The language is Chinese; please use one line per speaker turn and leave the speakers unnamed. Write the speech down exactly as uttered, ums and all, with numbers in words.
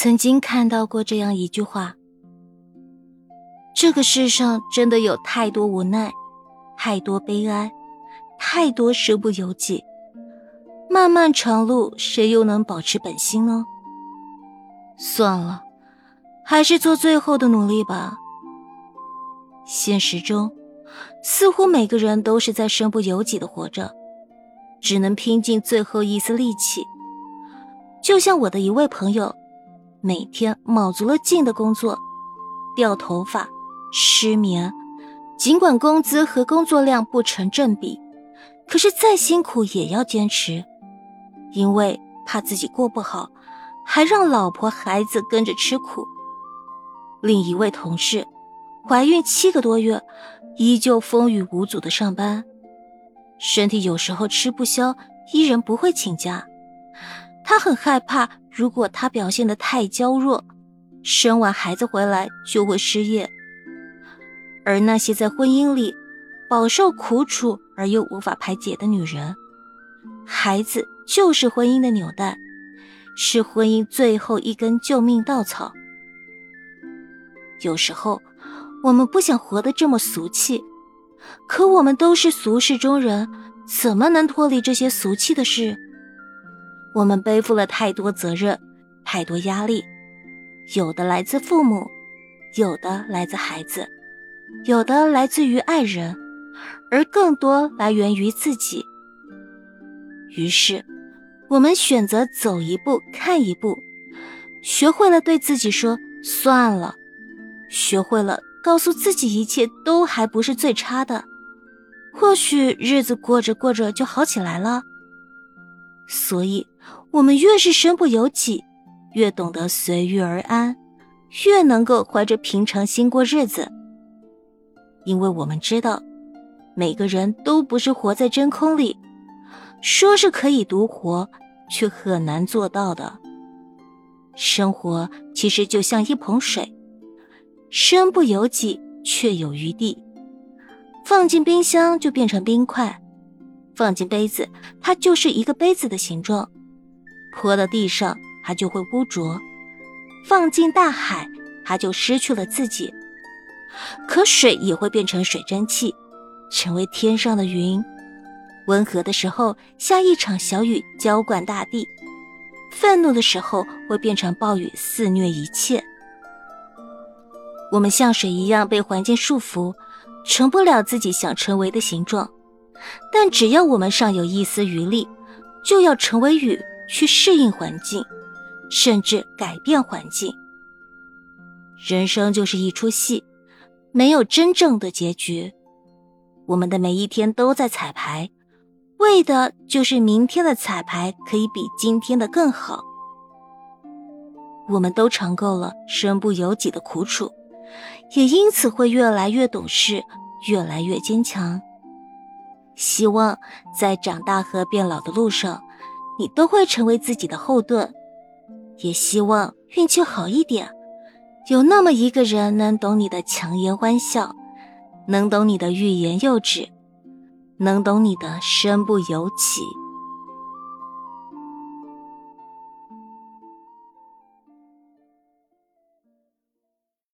曾经看到过这样一句话：这个世上真的有太多无奈，太多悲哀，太多身不由己。漫漫长路，谁又能保持本心呢？算了，还是做最后的努力吧。现实中，似乎每个人都是在身不由己的活着，只能拼尽最后一丝力气。就像我的一位朋友，每天卯足了劲的工作，掉头发，失眠，尽管工资和工作量不成正比，可是再辛苦也要坚持，因为怕自己过不好，还让老婆孩子跟着吃苦。另一位同事怀孕七个多月，依旧风雨无阻的上班，身体有时候吃不消，依然不会请假。他很害怕，如果他表现得太娇弱，生完孩子回来就会失业。而那些在婚姻里饱受苦楚而又无法排解的女人，孩子就是婚姻的纽带，是婚姻最后一根救命稻草。有时候我们不想活得这么俗气，可我们都是俗世中人，怎么能脱离这些俗气的事？我们背负了太多责任，太多压力，有的来自父母，有的来自孩子，有的来自于爱人，而更多来源于自己。于是我们选择走一步看一步，学会了对自己说算了，学会了告诉自己一切都还不是最差的，或许日子过着过着就好起来了。所以我们越是身不由己，越懂得随遇而安，越能够怀着平常心过日子。因为我们知道，每个人都不是活在真空里，说是可以独活，却很难做到的。生活其实就像一盆水，身不由己，却有余地。放进冰箱就变成冰块，放进杯子，它就是一个杯子的形状，泼到地上它就会污浊，放进大海它就失去了自己。可水也会变成水蒸气，成为天上的云，温和的时候下一场小雨浇灌大地，愤怒的时候会变成暴雨肆虐一切。我们像水一样被环境束缚，成不了自己想成为的形状，但只要我们尚有一丝余力，就要成为雨，去适应环境，甚至改变环境。人生就是一出戏，没有真正的结局。我们的每一天都在彩排，为的就是明天的彩排可以比今天的更好。我们都尝够了身不由己的苦楚，也因此会越来越懂事，越来越坚强。希望在长大和变老的路上，你都会成为自己的后盾。也希望运气好一点，有那么一个人能懂你的强颜欢笑，能懂你的欲言又止，能懂你的身不由己。